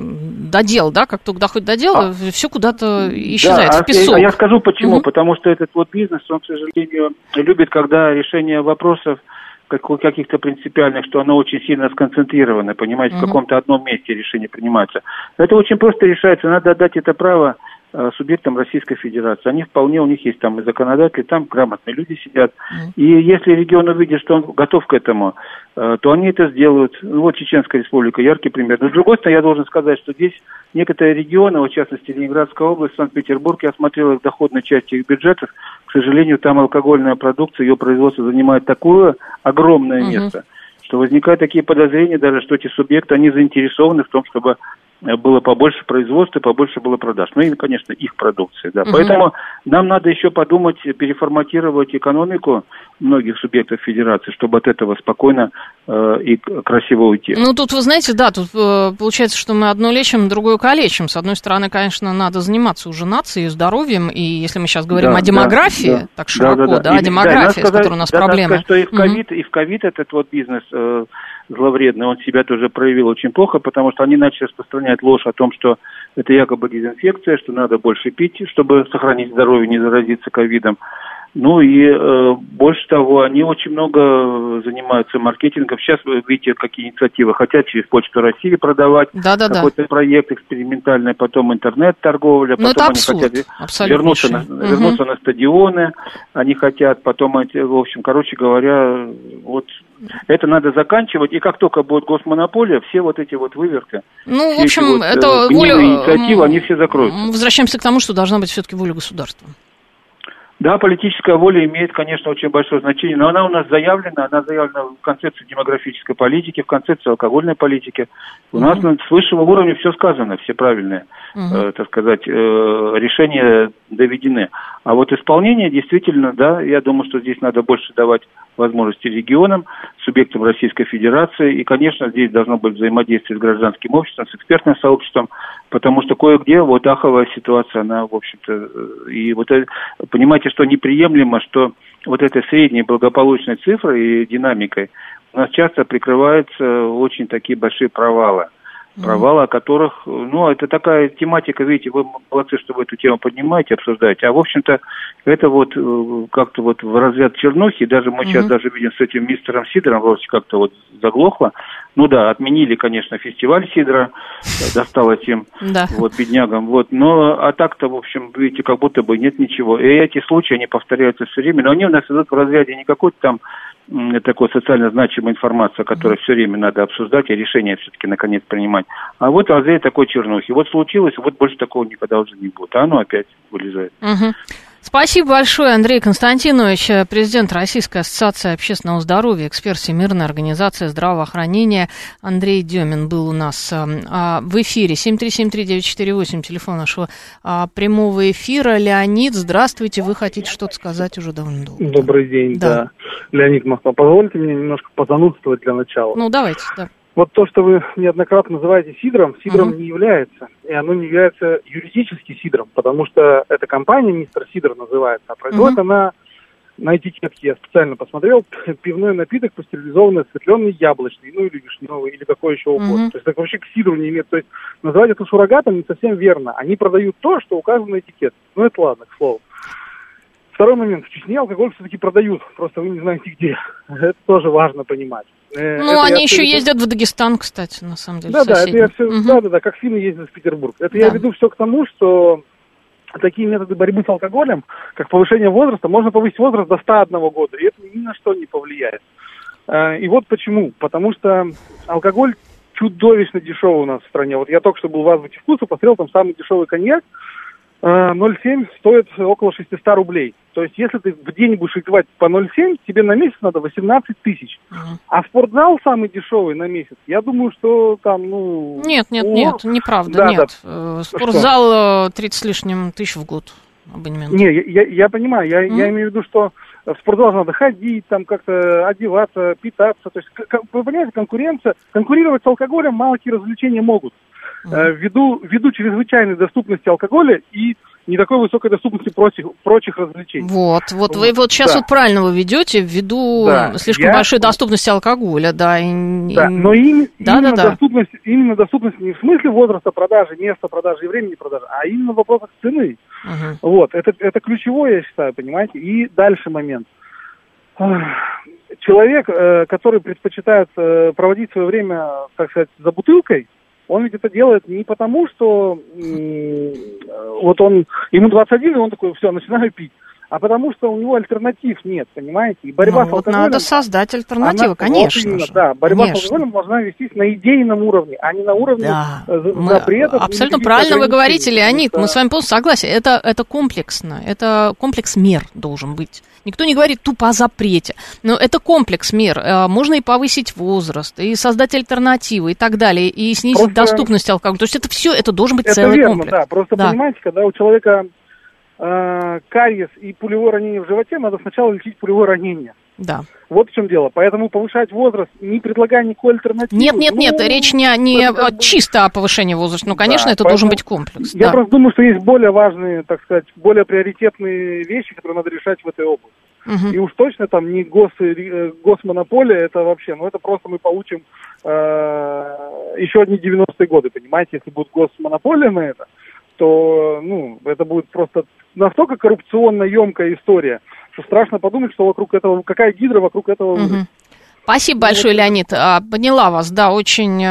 дел, да, как только доходит до дела, все куда-то исчезает в песок. Я скажу почему, потому что этот вот бизнес, он, к сожалению, любит, когда решение вопросов каких-то принципиальных, что оно очень сильно сконцентрировано, понимаете, в каком-то одном месте решение принимается. Это очень просто решается, надо отдать это право субъектам Российской Федерации. Они вполне, у них есть там и законодатели, там грамотные люди сидят. И если регион увидит, что он готов к этому, то они это сделают. Вот Чеченская Республика, яркий пример. Но с другой стороны, я должен сказать, что здесь некоторые регионы, в частности Ленинградская область, Санкт-Петербург, я смотрел их доходной части их бюджетов, к сожалению, там алкогольная продукция, ее производство занимает такое огромное место, что возникают такие подозрения даже, что эти субъекты, они заинтересованы в том, чтобы было побольше производства, побольше было продаж. Ну и, конечно, их продукции, да. Поэтому нам надо еще подумать, переформатировать экономику многих субъектов федерации, чтобы от этого спокойно и красиво уйти. Ну, тут, вы знаете, да, тут получается, что мы одно лечим, другое калечим. С одной стороны, конечно, надо заниматься уже нацией, здоровьем, и если мы сейчас говорим о демографии, так широко, о демографии, с которой у нас проблемы. Надо сказать, что и в ковид этот вот бизнес зловредный, он себя тоже проявил очень плохо, потому что они начали распространять ложь о том, что это якобы дезинфекция, что надо больше пить, чтобы сохранить здоровье, не заразиться ковидом. Ну и больше того, они очень много занимаются маркетингом. Сейчас вы видите, какие инициативы хотят через Почту России продавать. Какой-то проект экспериментальный, потом интернет-торговля. Но потом это они хотят вернуться на стадионы. Они хотят потом, в общем, короче говоря, вот это надо заканчивать. И как только будет госмонополия, все вот эти вот выверты, ну, в общем, вот, это воля инициативы, они все закроются. Возвращаемся к тому, что должна быть все-таки воля государства. Да, политическая воля имеет, конечно, очень большое значение, но она у нас заявлена, в концепции демографической политики, в концепции алкогольной политики. У нас с высшего уровня все сказано, все правильные, так сказать, решения доведены. А вот исполнение действительно, да, я думаю, что здесь надо больше давать возможности регионам, субъектам Российской Федерации, и, конечно, здесь должно быть взаимодействие с гражданским обществом, с экспертным сообществом, потому что кое-где вот аховая ситуация, она, в общем-то, и вот, понимаете, что неприемлемо, что вот этой средней благополучной цифрой и динамикой у нас часто прикрываются очень такие большие провалы, о которых, ну, это такая тематика, видите, вы молодцы, что вы эту тему поднимаете, обсуждаете, а, в общем-то, это вот как-то вот в разряд чернухи, даже мы сейчас даже видим с этим мистером Сидором, вроде как-то вот заглохло. Ну да, отменили, конечно, фестиваль Сидора, досталось им, вот, беднягам, вот, но, а так-то, в общем, видите, как будто бы нет ничего. И эти случаи, они повторяются все время, но они у нас идут в разряде не какой-то там такой социально значимой информации, которую все время надо обсуждать, и решения все-таки наконец принимать. А вот разряд такой чернухи. Вот случилось, вот больше такого никогда уже не будет. А оно опять вылезает. Спасибо большое, Андрей Константинович, президент Российской ассоциации общественного здоровья, эксперт Всемирной организации здравоохранения. Андрей Демин был у нас в эфире. 7373948, телефон нашего прямого эфира. Леонид, здравствуйте, вы хотите что-то сказать уже довольно долго. Добрый день, да. Леонид, Москва. Позвольте мне немножко позанудствовать для начала. Ну, давайте, да. Вот то, что вы неоднократно называете сидром не является. И оно не является юридически сидром, потому что эта компания, мистер Сидор называется, а производит она на этикетке, я специально посмотрел, пивной напиток пастеризованный, осветленный, яблочный, ну или вишневый, или какой еще угодно. То есть это вообще к сидру не имеет. То есть называть это суррогатом не совсем верно. Они продают то, что указано на этикетке. Ну это ладно, к слову. Второй момент. В Чечне алкоголь все-таки продают, просто вы не знаете где. Это тоже важно понимать. Ну, они еще ездят в Дагестан, кстати, на самом деле. Да, это я все, да, как финны ездят в Петербург. Это я веду все к тому, что такие методы борьбы с алкоголем, как повышение возраста, можно повысить возраст до 101 года, и это ни на что не повлияет. И вот почему. Потому что алкоголь чудовищно дешевый у нас в стране. Вот я только что был в Азбуке вкуса, посмотрел, там самый дешевый коньяк 0,7 стоит около 600 рублей. То есть, если ты в день будешь выпивать по 0,7, тебе на месяц надо 18 тысяч. А спортзал самый дешевый на месяц, я думаю, что там, ну... Нет, неправда, нет. Спортзал 30 с лишним тысяч в год абонемент. Не, я понимаю, я имею в виду, что в спортзал надо ходить, там как-то одеваться, питаться. То есть, вы понимаете, конкурировать с алкоголем мало какие развлечения могут. Ввиду чрезвычайной доступности алкоголя и не такой высокой доступности прочих развлечений. Вот вы сейчас вот правильно вы ведете ввиду слишком большой доступности алкоголя, но именно доступность не в смысле возраста продажи, места продажи и времени продажи, а именно в вопросах цены. Вот, это ключевое, я считаю, понимаете. И дальше момент. Человек, который предпочитает проводить свое время, так сказать, за бутылкой, он ведь это делает не потому, что ему 21, и он такой, все, начинаю пить, а потому что у него альтернатив нет, понимаете? И борьба с алкоголем... Надо создать альтернативу, конечно же. Да, борьба с алкоголем должна вестись на идейном уровне, а не на уровне запретов. Абсолютно правильно вы говорите, Леонид, мы с вами полностью согласны. Это комплексно, это комплекс мер должен быть. Никто не говорит тупо о запрете, но это комплекс мер. Можно и повысить возраст, и создать альтернативы, и так далее, и снизить доступность алкоголя. То есть это все, это должен быть целый комплекс. Да, просто понимаете, когда у человека кариес и пулевое ранение в животе, надо сначала лечить пулевое ранение. Да. Вот в чем дело. Поэтому повышать возраст, не предлагая никакой альтернативы... Нет, речь не чисто о повышении возраста. Ну, конечно, это должен быть комплекс. Я просто думаю, что есть более важные, так сказать, более приоритетные вещи, которые надо решать в этой области. И уж точно там не госмонополия, это вообще, это просто мы получим еще одни 90-е годы, понимаете, если будет госмонополия на это, то, это будет просто настолько коррупционно емкая история, что страшно подумать, что вокруг этого, какая гидра вокруг этого вырастет. Спасибо большое, Леонид. Поняла вас, очень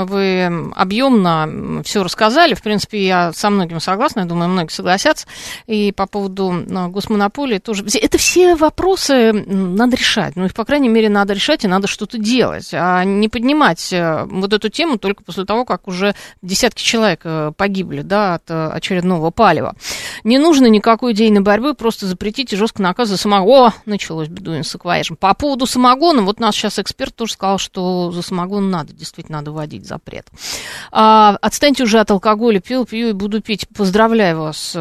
вы объемно все рассказали. В принципе, я со многим согласна, я думаю, многие согласятся. И по поводу госмонополии тоже. Это все вопросы надо решать. Их, по крайней мере, надо решать и надо что-то делать. А не поднимать вот эту тему только после того, как уже десятки человек погибли, от очередного палева. Не нужно никакой идейной борьбы, просто запретить и жестко наказывать за самогон. Началось бедуин с саквояжем. По поводу самогона, нас сейчас эксперт тоже сказал, что за самогон действительно надо вводить запрет. Отстаньте уже от алкоголя, пью и буду пить. Поздравляю вас,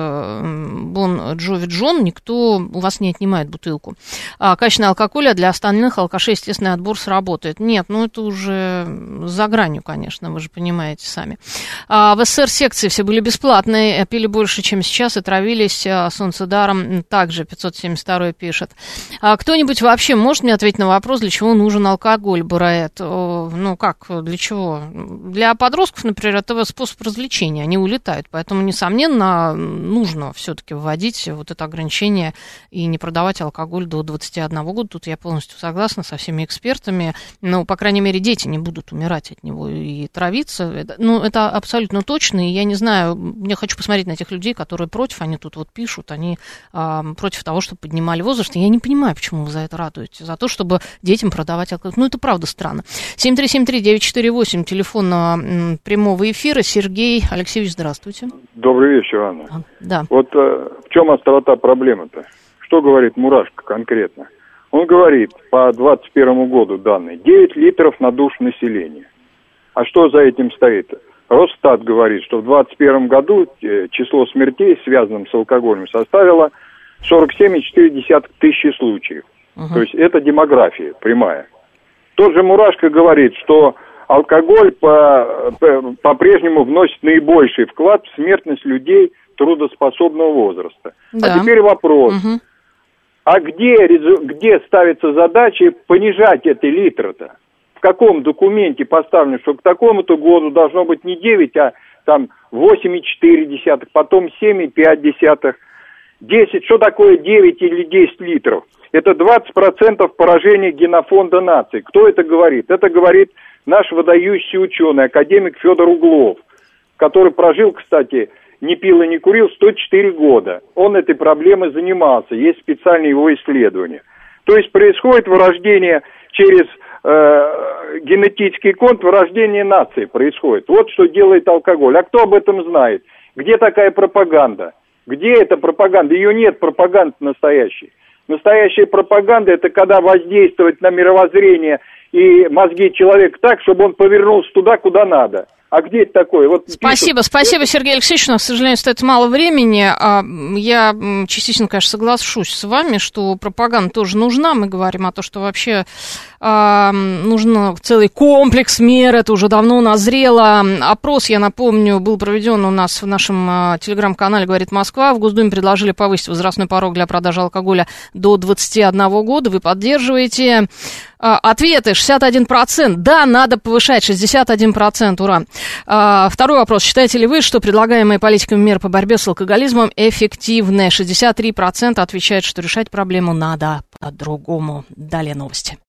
Бон Джови Джон, никто у вас не отнимает бутылку. Качественный алкоголь, а для остальных алкашей естественный отбор сработает. Нет, это уже за гранью, конечно, вы же понимаете сами. В СССР секции все были бесплатные, пили больше, чем сейчас, и травились солнцедаром. Также 572 пишет. Кто-нибудь вообще может мне ответить на вопрос, для чего нужен алкоголь, Бараэт? Как, для чего? Для подростков, например, это способ развлечения, они улетают, поэтому, несомненно, нужно все-таки вводить это ограничение и не продавать алкоголь до 21 года, тут я полностью согласна со всеми экспертами, по крайней мере, дети не будут умирать от него и травиться, это абсолютно точно, и я не знаю, я хочу посмотреть на тех людей, которые против, они тут пишут, они против того, чтобы поднимали возраст, и я не понимаю, почему вы за это радуетесь, за то, чтобы детям продавать алкоголь. Это правда странно. 7373948, телефон прямого эфира. Сергей Алексеевич, здравствуйте. Добрый вечер, Анна. Да. В чем острота проблемы-то? Что говорит Мурашко конкретно? Он говорит, по 2021 году данные, 9 литров на душу населения. А что за этим стоит? Росстат говорит, что в 2021 году число смертей, связанных с алкоголем, составило 47,4 тысячи случаев. То есть это демография прямая. Тот же Мурашко говорит, что алкоголь по-прежнему вносит наибольший вклад в смертность людей трудоспособного возраста. Да. А теперь вопрос. А где ставится задача понижать эти литры-то? В каком документе поставлено, что к такому-то году должно быть не 9, а 8,4, потом 7,5, 10. Что такое 9 или 10 литров? Это 20% поражения генофонда нации. Кто это говорит? Это говорит наш выдающийся ученый, академик Федор Углов, который прожил, кстати, не пил и не курил 104 года. Он этой проблемой занимался, есть специальные его исследования. То есть происходит вырождение через генетический код, вырождение нации происходит. Вот что делает алкоголь. А кто об этом знает? Где такая пропаганда? Где эта пропаганда? Ее нет, пропаганды настоящей. Настоящая пропаганда – это когда воздействовать на мировоззрение и мозги человека так, чтобы он повернулся туда, куда надо. А где это такое? Вот спасибо, Сергей Алексеевич. У нас, к сожалению, остается мало времени. Я частично, конечно, соглашусь с вами, что пропаганда тоже нужна. Мы говорим о том, что вообще нужен целый комплекс мер. Это уже давно назрело. Опрос, я напомню, был проведен у нас в нашем телеграм-канале «Говорит Москва». В Госдуме предложили повысить возрастной порог для продажи алкоголя до 21 года. Вы поддерживаете. Ответы 61%. Да, надо повышать. 61%. Ура. Второй вопрос. Считаете ли вы, что предлагаемые политиками меры по борьбе с алкоголизмом эффективны? 63% отвечают, что решать проблему надо по-другому. Далее новости.